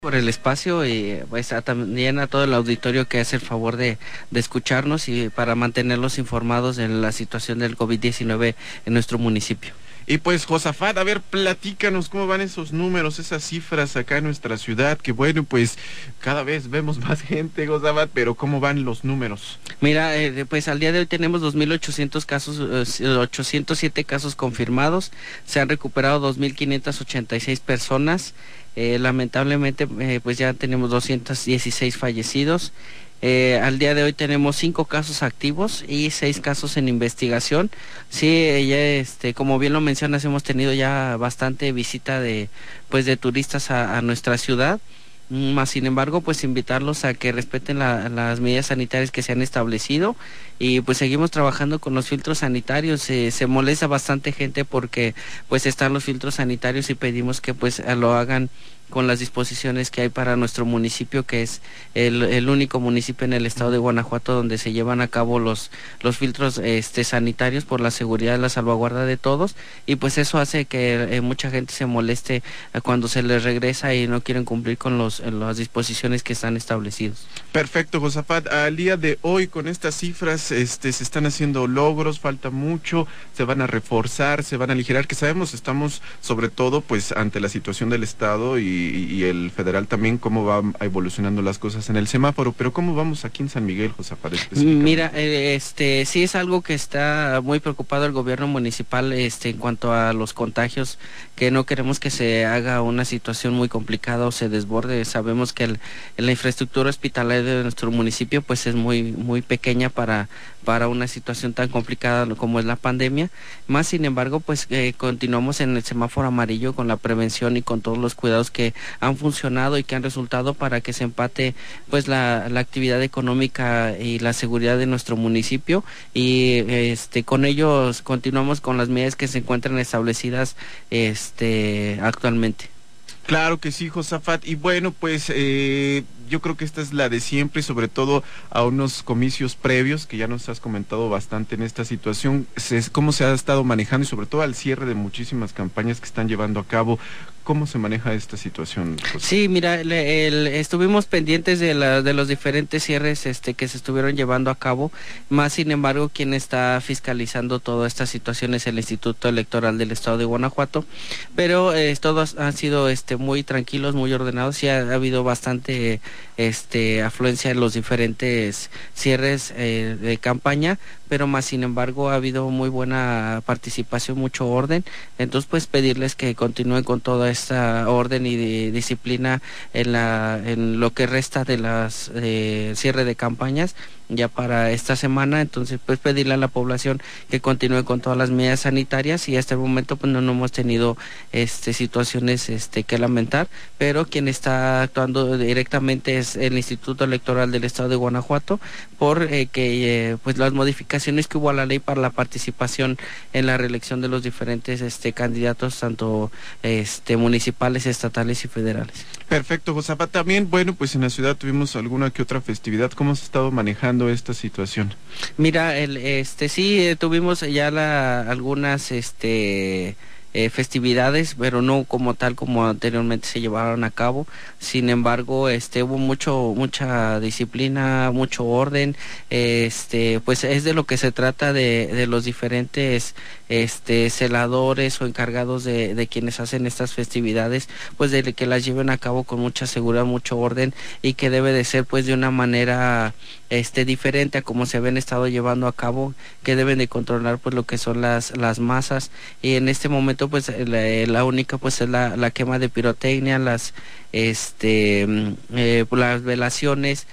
Por el espacio y pues también a todo el auditorio que hace el favor de escucharnos y para mantenerlos informados de la situación del COVID-19 en nuestro municipio. Y pues, Josafat, a ver, platícanos cómo van esos números, esas cifras acá en nuestra ciudad, que bueno, pues cada vez vemos más gente, Josafat, pero ¿cómo van los números? Mira, pues al día de hoy tenemos 2.800 casos, 807 casos confirmados, se han recuperado 2.586 personas, lamentablemente pues ya tenemos 216 fallecidos. Al día de hoy tenemos 5 casos activos y 6 casos en investigación. Sí, ya como bien lo mencionas, hemos tenido ya bastante visita de turistas a nuestra ciudad. Más sin embargo, pues invitarlos a que respeten las medidas sanitarias que se han establecido y pues seguimos trabajando con los filtros sanitarios. Se molesta bastante gente porque pues están los filtros sanitarios y pedimos que pues lo hagan con las disposiciones que hay para nuestro municipio, que es el único municipio en el estado de Guanajuato donde se llevan a cabo los filtros sanitarios por la seguridad y la salvaguarda de todos, y pues eso hace que mucha gente se moleste cuando se les regresa y no quieren cumplir con las disposiciones que están establecidos. Perfecto, Josafat. Al día de hoy, con estas cifras, se están haciendo logros, falta mucho, se van a reforzar, se van a aligerar, que sabemos estamos sobre todo pues ante la situación del estado y el federal también, cómo van evolucionando las cosas en el semáforo, pero ¿cómo vamos aquí en San Miguel, Josafat? Mira, sí es algo que está muy preocupado el gobierno municipal en cuanto a los contagios, que no queremos que se haga una situación muy complicada o se desborde. Sabemos que la infraestructura hospitalaria de nuestro municipio pues es muy pequeña para una situación tan complicada como es la pandemia. Más sin embargo, pues continuamos en el semáforo amarillo con la prevención y con todos los cuidados que han funcionado y que han resultado para que se empate pues la actividad económica y la seguridad de nuestro municipio, y con ellos continuamos con las medidas que se encuentran establecidas actualmente. Claro que sí, Josafat, y bueno, pues yo creo que esta es la de siempre, y sobre todo a unos comicios previos que ya nos has comentado bastante en esta situación, cómo se ha estado manejando y sobre todo al cierre de muchísimas campañas que están llevando a cabo. ¿Cómo se maneja esta situación, José? Sí, mira, estuvimos pendientes de los diferentes cierres que se estuvieron llevando a cabo. Más sin embargo, quien está fiscalizando toda esta situación es el Instituto Electoral del Estado de Guanajuato, pero todos han sido muy tranquilos, muy ordenados, y ha habido bastante afluencia en los diferentes cierres de campaña, pero más sin embargo ha habido muy buena participación, mucho orden. Entonces pues pedirles que continúen con toda esta orden y disciplina en lo que resta de las cierre de campañas ya para esta semana. Entonces pues pedirle a la población que continúe con todas las medidas sanitarias, y hasta el momento pues no hemos tenido situaciones que lamentar, pero quien está actuando directamente es el Instituto Electoral del Estado de Guanajuato por pues las modificaciones que hubo a la ley para la participación en la reelección de los diferentes candidatos, tanto municipales, estatales y federales. Perfecto, Josafat. También, bueno, pues en la ciudad tuvimos alguna que otra festividad. ¿Cómo se ha estado manejando esta situación? Mira, sí, tuvimos ya algunas festividades, pero no como tal como anteriormente se llevaron a cabo. Sin embargo, hubo mucha disciplina, mucho orden. Pues es de lo que se trata de los diferentes celadores o encargados de quienes hacen estas festividades, pues de que las lleven a cabo con mucha seguridad, mucho orden, y que debe de ser pues de una manera diferente a como se habían estado llevando a cabo, que deben de controlar pues lo que son las masas. Y en este momento pues la única pues es la quema de pirotecnia, las velaciones,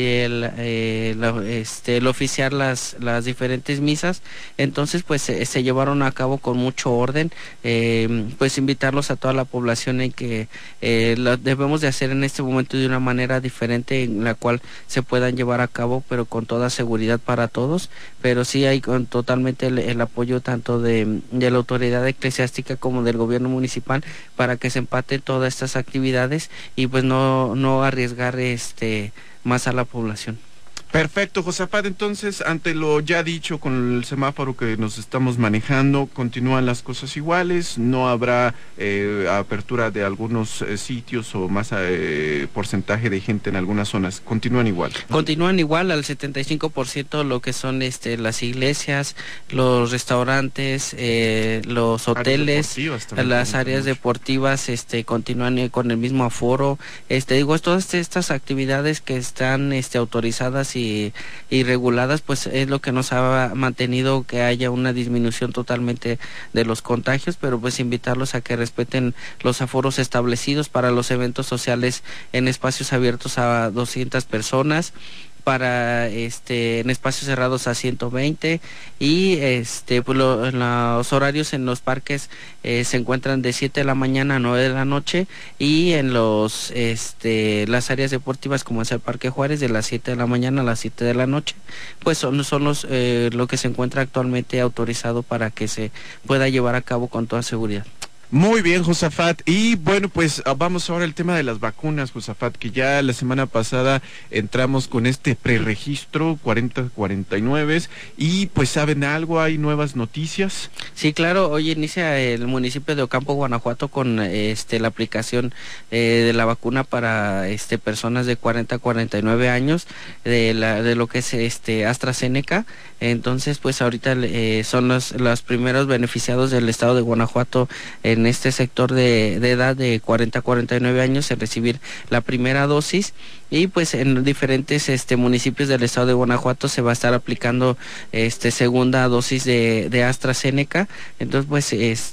el oficiar las diferentes misas. Entonces pues se llevaron a cabo con mucho orden. Pues invitarlos a toda la población en que lo debemos de hacer en este momento de una manera diferente, en la cual se puedan llevar a cabo pero con toda seguridad para todos, pero sí hay totalmente el apoyo tanto de la autoridad eclesiástica como del gobierno municipal para que se empaten todas estas actividades y pues no arriesgar más a la población. Perfecto, Josafat. Entonces, ante lo ya dicho con el semáforo que nos estamos manejando, continúan las cosas iguales, no habrá apertura de algunos sitios o más porcentaje de gente en algunas zonas, continúan igual. Continúan igual al 75% lo que son las iglesias, los restaurantes, los hoteles, las áreas deportivas continúan con el mismo aforo. Digo, todas estas actividades que están autorizadas y reguladas, pues es lo que nos ha mantenido que haya una disminución totalmente de los contagios, pero pues invitarlos a que respeten los aforos establecidos para los eventos sociales en espacios abiertos a 200 personas, para en espacios cerrados a 120 y pues los horarios en los parques se encuentran de 7 de la mañana a 9 de la noche, y en los las áreas deportivas como es el Parque Juárez de las 7 de la mañana a las 7 de la noche, pues son los lo que se encuentra actualmente autorizado para que se pueda llevar a cabo con toda seguridad. Muy bien, Josafat. Y bueno, pues vamos ahora al tema de las vacunas, Josafat, que ya la semana pasada entramos con este preregistro 4049 y pues ¿saben algo? ¿Hay nuevas noticias? Sí, claro, hoy inicia el municipio de Ocampo, Guanajuato, con la aplicación de la vacuna para personas de 40 a 49 años de lo que es AstraZeneca. Entonces, pues ahorita son los primeros beneficiados del estado de Guanajuato en este sector de edad de 40 a 49 años en recibir la primera dosis, y pues en diferentes municipios del estado de Guanajuato se va a estar aplicando segunda dosis de AstraZeneca. Entonces pues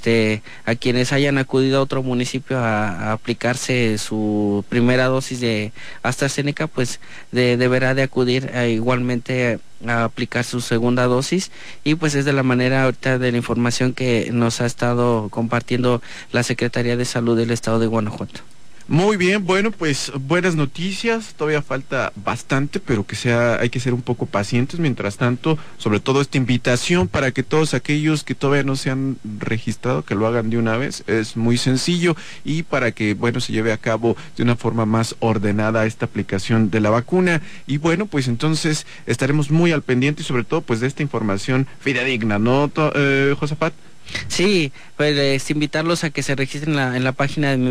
a quienes hayan acudido a otro municipio a aplicarse su primera dosis de AstraZeneca, pues deberá de acudir igualmente a aplicar su segunda dosis, y pues es de la manera ahorita de la información que nos ha estado compartiendo la Secretaría de Salud del estado de Guanajuato. Muy bien, bueno, pues buenas noticias, todavía falta bastante, pero hay que ser un poco pacientes. Mientras tanto, sobre todo esta invitación para que todos aquellos que todavía no se han registrado, que lo hagan de una vez, es muy sencillo, y para que, bueno, se lleve a cabo de una forma más ordenada esta aplicación de la vacuna. Y bueno, pues entonces estaremos muy al pendiente y sobre todo pues de esta información fidedigna, ¿no, Josafat? Sí, pues invitarlos a que se registren en la página de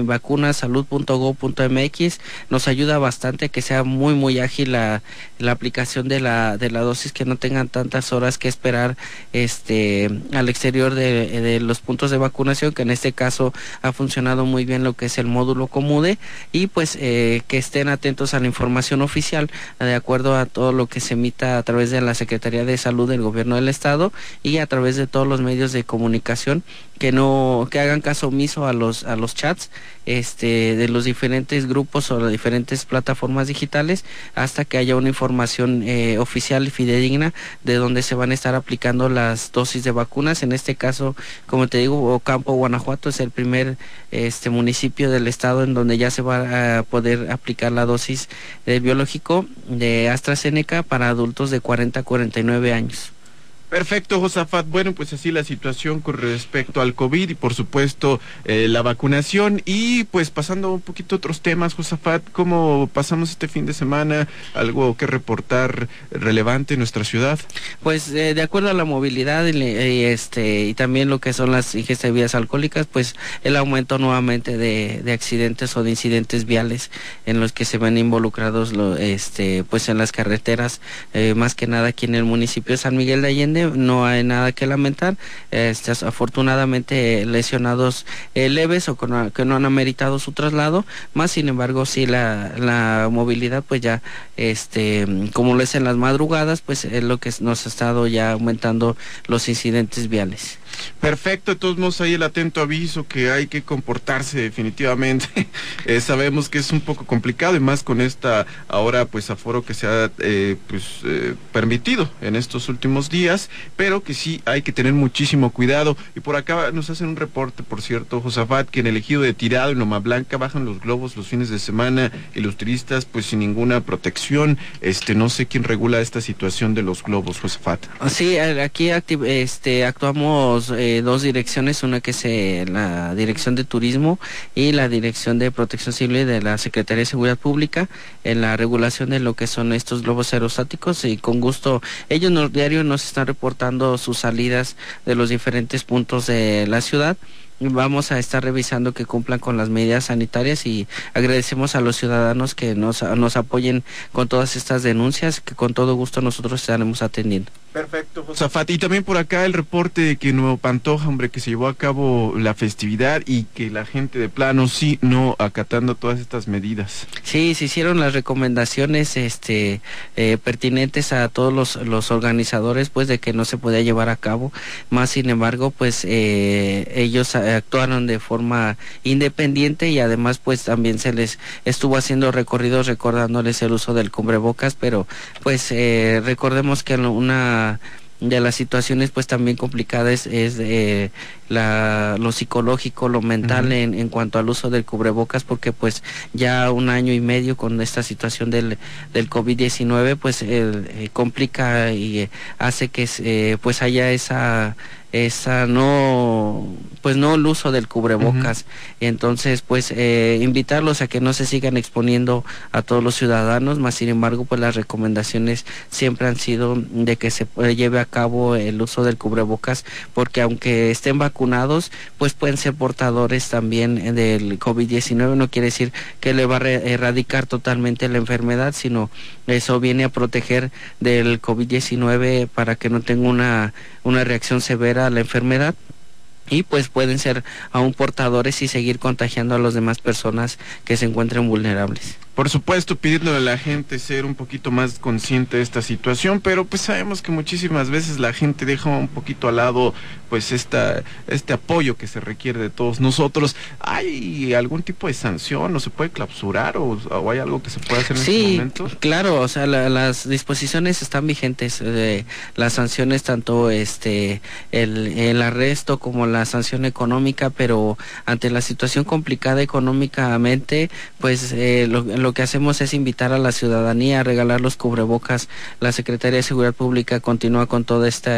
mivacunasalud.gov.mx. Nos ayuda bastante a que sea muy ágil la aplicación de la dosis, que no tengan tantas horas que esperar al exterior de los puntos de vacunación, que en este caso ha funcionado muy bien lo que es el módulo Comude, y pues que estén atentos a la información oficial de acuerdo a todo lo que se emita a través de la Secretaría de Salud del Gobierno del Estado y a través de todos los medios de comunicación, que hagan caso omiso a los chats de los diferentes grupos o las diferentes plataformas digitales, hasta que haya una información oficial y fidedigna de dónde se van a estar aplicando las dosis de vacunas. En este caso, como te digo, Ocampo, Guanajuato es el primer municipio del estado en donde ya se va a poder aplicar la dosis del biológico de AstraZeneca para adultos de 40 a 49 años. Perfecto, Josafat. Bueno, pues así la situación con respecto al COVID y por supuesto la vacunación. Y pues pasando un poquito a otros temas, Josafat, ¿cómo pasamos este fin de semana? ¿Algo que reportar relevante en nuestra ciudad? Pues de acuerdo a la movilidad y también lo que son las ingestas de bebidas alcohólicas, pues el aumento nuevamente de accidentes o de incidentes viales en los que se ven involucrados pues en las carreteras, más que nada aquí en el municipio de San Miguel de Allende. No hay nada que lamentar, afortunadamente lesionados leves o que no han ameritado su traslado, más sin embargo sí la movilidad pues ya como lo es en las madrugadas, pues es lo que nos ha estado ya aumentando los incidentes viales. Perfecto, de todos modos ahí el atento aviso que hay que comportarse definitivamente. Sabemos que es un poco complicado y más con esta ahora pues aforo que se ha permitido en estos últimos días, pero que sí hay que tener muchísimo cuidado. Y por acá nos hacen un reporte, por cierto, Josafat, que en el ejido de Tirado, en Loma Blanca, bajan los globos los fines de semana y los turistas pues sin ninguna protección. No sé quién regula esta situación de los globos, Josafat. Sí, aquí actuamos dos direcciones, una que es la Dirección de Turismo y la Dirección de Protección Civil de la Secretaría de Seguridad Pública, en la regulación de lo que son estos globos aerostáticos, y con gusto ellos diario nos están reportando sus salidas de los diferentes puntos de la ciudad. Vamos a estar revisando que cumplan con las medidas sanitarias y agradecemos a los ciudadanos que nos apoyen con todas estas denuncias, que con todo gusto nosotros estaremos atendiendo. Perfecto, Josafat. Y también por acá el reporte de que en Nuevo Pantoja, hombre, que se llevó a cabo la festividad y que la gente de plano sí no acatando todas estas medidas. Sí, se hicieron las recomendaciones pertinentes a todos los organizadores, pues, de que no se podía llevar a cabo. Más sin embargo, pues ellos actuaron de forma independiente y además pues también se les estuvo haciendo recorridos recordándoles el uso del cubrebocas, pero pues recordemos que una de las situaciones pues también complicadas es lo psicológico, lo mental en cuanto al uso del cubrebocas, porque pues ya 1 año y medio con esta situación del COVID-19 pues complica y hace que pues haya esa no el uso del cubrebocas. Entonces pues invitarlos a que no se sigan exponiendo a todos los ciudadanos, más sin embargo pues las recomendaciones siempre han sido de que se lleve a cabo el uso del cubrebocas, porque aunque estén vacunados pues pueden ser portadores también del COVID-19. No quiere decir que le va a erradicar totalmente la enfermedad, sino eso viene a proteger del COVID-19 para que no tenga una reacción severa a la enfermedad, y pues pueden ser aún portadores y seguir contagiando a las demás personas que se encuentren vulnerables. Por supuesto, pidiéndole a la gente ser un poquito más consciente de esta situación, pero pues sabemos que muchísimas veces la gente deja un poquito al lado pues este apoyo que se requiere de todos nosotros. ¿Hay algún tipo de sanción o se puede clausurar o hay algo que se puede hacer en este momento? Sí, claro, o sea, las disposiciones están vigentes, las sanciones, tanto el arresto como la sanción económica, pero ante la situación complicada económicamente, pues lo que hacemos es invitar a la ciudadanía a regalar los cubrebocas. La Secretaría de Seguridad Pública continúa con toda esta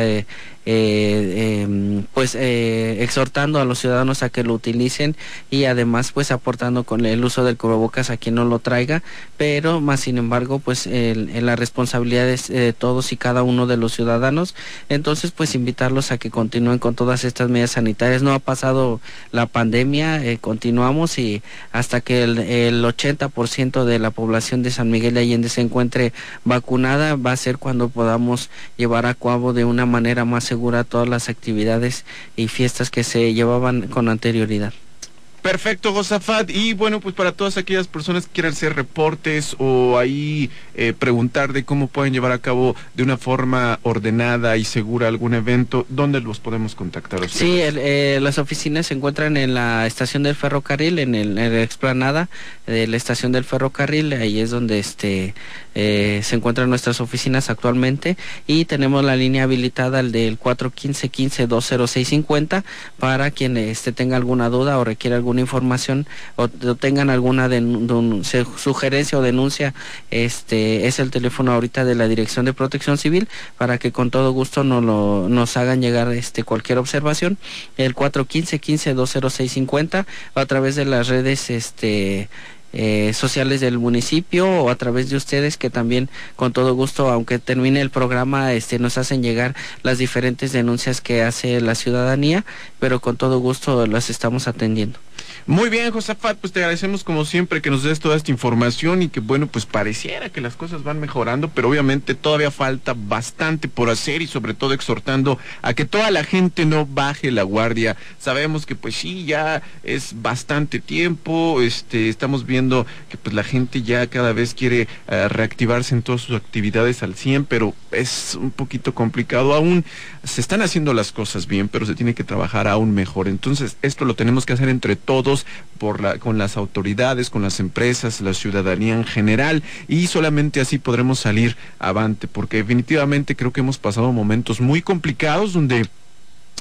exhortando a los ciudadanos a que lo utilicen, y además pues aportando con el uso del cubrebocas a quien no lo traiga, pero más sin embargo pues la responsabilidad es de todos y cada uno de los ciudadanos. Entonces pues invitarlos a que continúen con todas estas medidas sanitarias. No ha pasado la pandemia, continuamos, y hasta que el 80% de la población de San Miguel de Allende se encuentre vacunada, va a ser cuando podamos llevar a cabo de una manera más segura todas las actividades y fiestas que se llevaban con anterioridad. Perfecto, Josafat. Y bueno, pues para todas aquellas personas que quieran hacer reportes o ahí preguntar de cómo pueden llevar a cabo de una forma ordenada y segura algún evento, ¿dónde los podemos contactar a ustedes? Sí, las oficinas se encuentran en la estación del ferrocarril, en la explanada de la estación del ferrocarril. Ahí es donde se encuentran nuestras oficinas actualmente, y tenemos la línea habilitada, el del 415-15-20650, para quien tenga alguna duda o requiera alguna información o tengan alguna sugerencia o denuncia. Es el teléfono ahorita de la Dirección de Protección Civil, para que con todo gusto nos hagan llegar cualquier observación. El 415-15-20650, a través de las redes sociales del municipio o a través de ustedes, que también con todo gusto, aunque termine el programa, nos hacen llegar las diferentes denuncias que hace la ciudadanía, pero con todo gusto las estamos atendiendo. Muy bien, Josafat, pues te agradecemos como siempre que nos des toda esta información, y que bueno, pues pareciera que las cosas van mejorando, pero obviamente todavía falta bastante por hacer, y sobre todo exhortando a que toda la gente no baje la guardia. Sabemos que pues sí, ya es bastante tiempo, estamos viendo que pues la gente ya cada vez quiere reactivarse en todas sus actividades al 100, pero es un poquito complicado. Aún se están haciendo las cosas bien, pero se tiene que trabajar aún mejor. Entonces esto lo tenemos que hacer entre todos, con las autoridades, con las empresas, la ciudadanía en general, y solamente así podremos salir avante, porque definitivamente creo que hemos pasado momentos muy complicados donde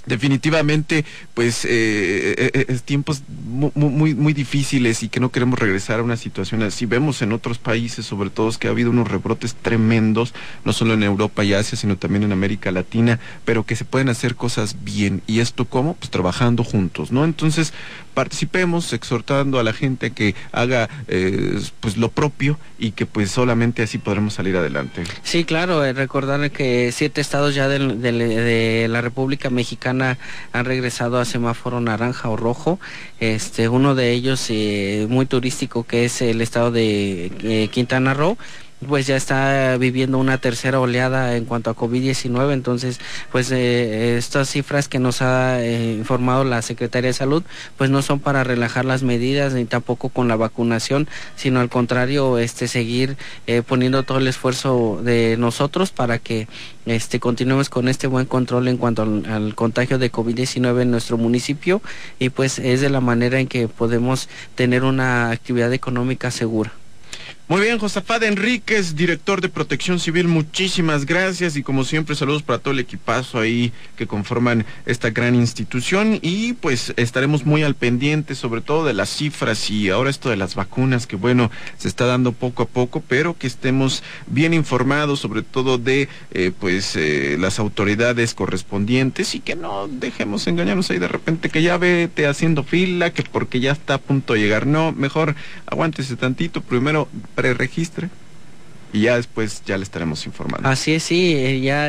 Definitivamente, pues tiempos muy difíciles y que no queremos regresar a una situación así. Vemos en otros países, sobre todo, que ha habido unos rebrotes tremendos, no solo en Europa y Asia, sino también en América Latina, pero que se pueden hacer cosas bien. ¿Y esto cómo? Pues trabajando juntos, ¿no? Entonces, participemos exhortando a la gente a que haga pues lo propio y que pues solamente así podremos salir adelante. Sí, claro, recordar que 7 estados ya de la República Mexicana han regresado a semáforo naranja o rojo. Uno de ellos muy turístico, que es el estado de Quintana Roo, pues ya está viviendo una tercera oleada en cuanto a COVID-19, entonces pues estas cifras que nos ha informado la Secretaría de Salud pues no son para relajar las medidas ni tampoco con la vacunación, sino al contrario, seguir poniendo todo el esfuerzo de nosotros para que continuemos con este buen control en cuanto al contagio de COVID-19 en nuestro municipio, y pues es de la manera en que podemos tener una actividad económica segura. Muy bien, Josafat Enríquez, director de Protección Civil, muchísimas gracias, y como siempre saludos para todo el equipazo ahí que conforman esta gran institución, y pues estaremos muy al pendiente sobre todo de las cifras y ahora esto de las vacunas, que bueno, se está dando poco a poco, pero que estemos bien informados sobre todo de las autoridades correspondientes, y que no dejemos engañarnos ahí de repente que ya vete haciendo fila, que porque ya está a punto de llegar. No, mejor aguántese tantito, primero preregistre y ya después ya le estaremos informando. Así es, sí, ya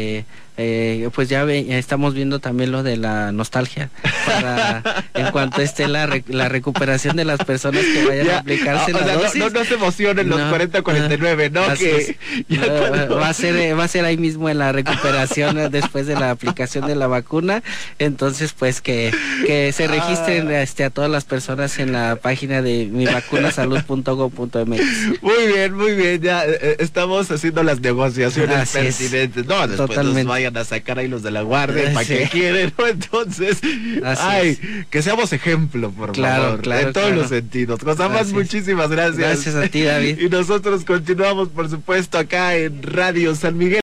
pues ya estamos viendo también lo de la nostalgia para en cuanto esté la recuperación de las personas que vayan a aplicarse la dosis. No se emocionen los 40-49, ¿no? Que va a ser ahí mismo en la recuperación después de la aplicación de la vacuna. Entonces pues que se registren a todas las personas en la página de mivacunasalud.gov.mx. Muy bien, ya estamos haciendo las negociaciones pertinentes. No, después totalmente. Nos vayan a sacar ahí los de la guardia para que quieren, ¿no? Entonces, que seamos ejemplo, por favor, en todos los sentidos. Josafat, muchísimas gracias. Gracias a ti, David. Y nosotros continuamos, por supuesto, acá en Radio San Miguel.